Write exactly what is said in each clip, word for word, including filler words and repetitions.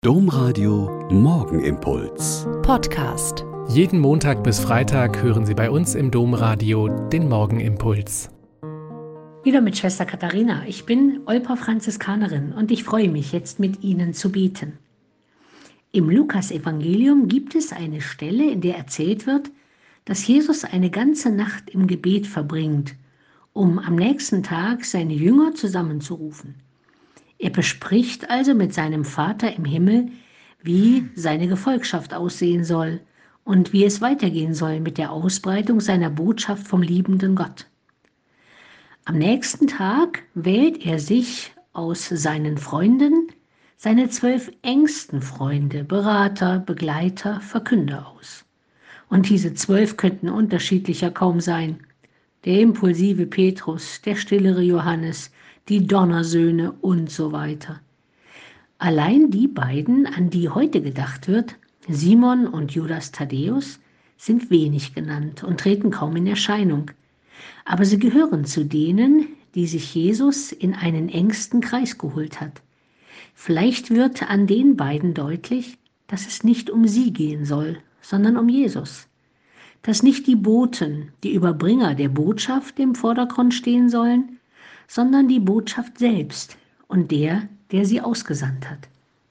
Domradio Morgenimpuls Podcast. Jeden Montag bis Freitag hören Sie bei uns im Domradio den Morgenimpuls. Wieder mit Schwester Katharina. Ich bin Olper Franziskanerin und ich freue mich, jetzt mit Ihnen zu beten. Im Lukas-Evangelium gibt es eine Stelle, in der erzählt wird, dass Jesus eine ganze Nacht im Gebet verbringt, um am nächsten Tag seine Jünger zusammenzurufen. Er bespricht also mit seinem Vater im Himmel, wie seine Gefolgschaft aussehen soll und wie es weitergehen soll mit der Ausbreitung seiner Botschaft vom liebenden Gott. Am nächsten Tag wählt er sich aus seinen Freunden seine zwölf engsten Freunde, Berater, Begleiter, Verkünder aus. Und diese zwölf könnten unterschiedlicher kaum sein. Der impulsive Petrus, der stillere Johannes, die Donnersöhne und so weiter. Allein die beiden, an die heute gedacht wird, Simon und Judas Thaddäus, sind wenig genannt und treten kaum in Erscheinung. Aber sie gehören zu denen, die sich Jesus in einen engsten Kreis geholt hat. Vielleicht wird an den beiden deutlich, dass es nicht um sie gehen soll, sondern um Jesus. Dass nicht die Boten, die Überbringer der Botschaft im Vordergrund stehen sollen, sondern die Botschaft selbst und der, der sie ausgesandt hat.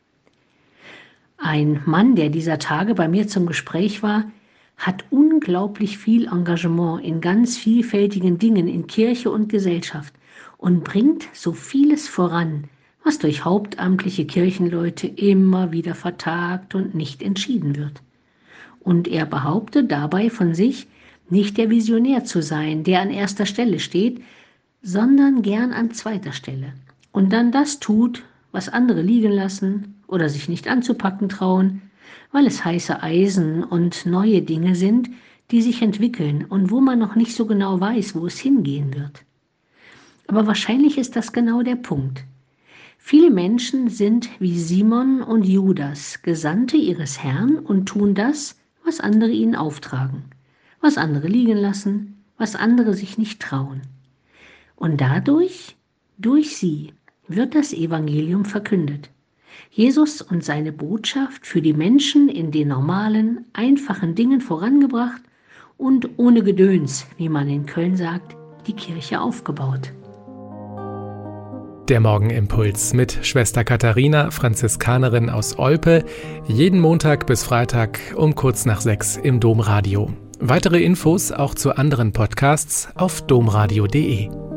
Ein Mann, der dieser Tage bei mir zum Gespräch war, hat unglaublich viel Engagement in ganz vielfältigen Dingen in Kirche und Gesellschaft und bringt so vieles voran, was durch hauptamtliche Kirchenleute immer wieder vertagt und nicht entschieden wird. Und er behauptet dabei von sich, nicht der Visionär zu sein, der an erster Stelle steht, sondern gern an zweiter Stelle und dann das tut, was andere liegen lassen oder sich nicht anzupacken trauen, weil es heiße Eisen und neue Dinge sind, die sich entwickeln und wo man noch nicht so genau weiß, wo es hingehen wird. Aber wahrscheinlich ist das genau der Punkt. Viele Menschen sind wie Simon und Judas, Gesandte ihres Herrn und tun das, was andere ihnen auftragen, was andere liegen lassen, was andere sich nicht trauen. Und dadurch, durch sie, wird das Evangelium verkündet. Jesus und seine Botschaft für die Menschen in den normalen, einfachen Dingen vorangebracht und ohne Gedöns, wie man in Köln sagt, die Kirche aufgebaut. Der Morgenimpuls mit Schwester Katharina, Franziskanerin aus Olpe, jeden Montag bis Freitag um kurz nach sechs im Domradio. Weitere Infos auch zu anderen Podcasts auf domradio punkt de.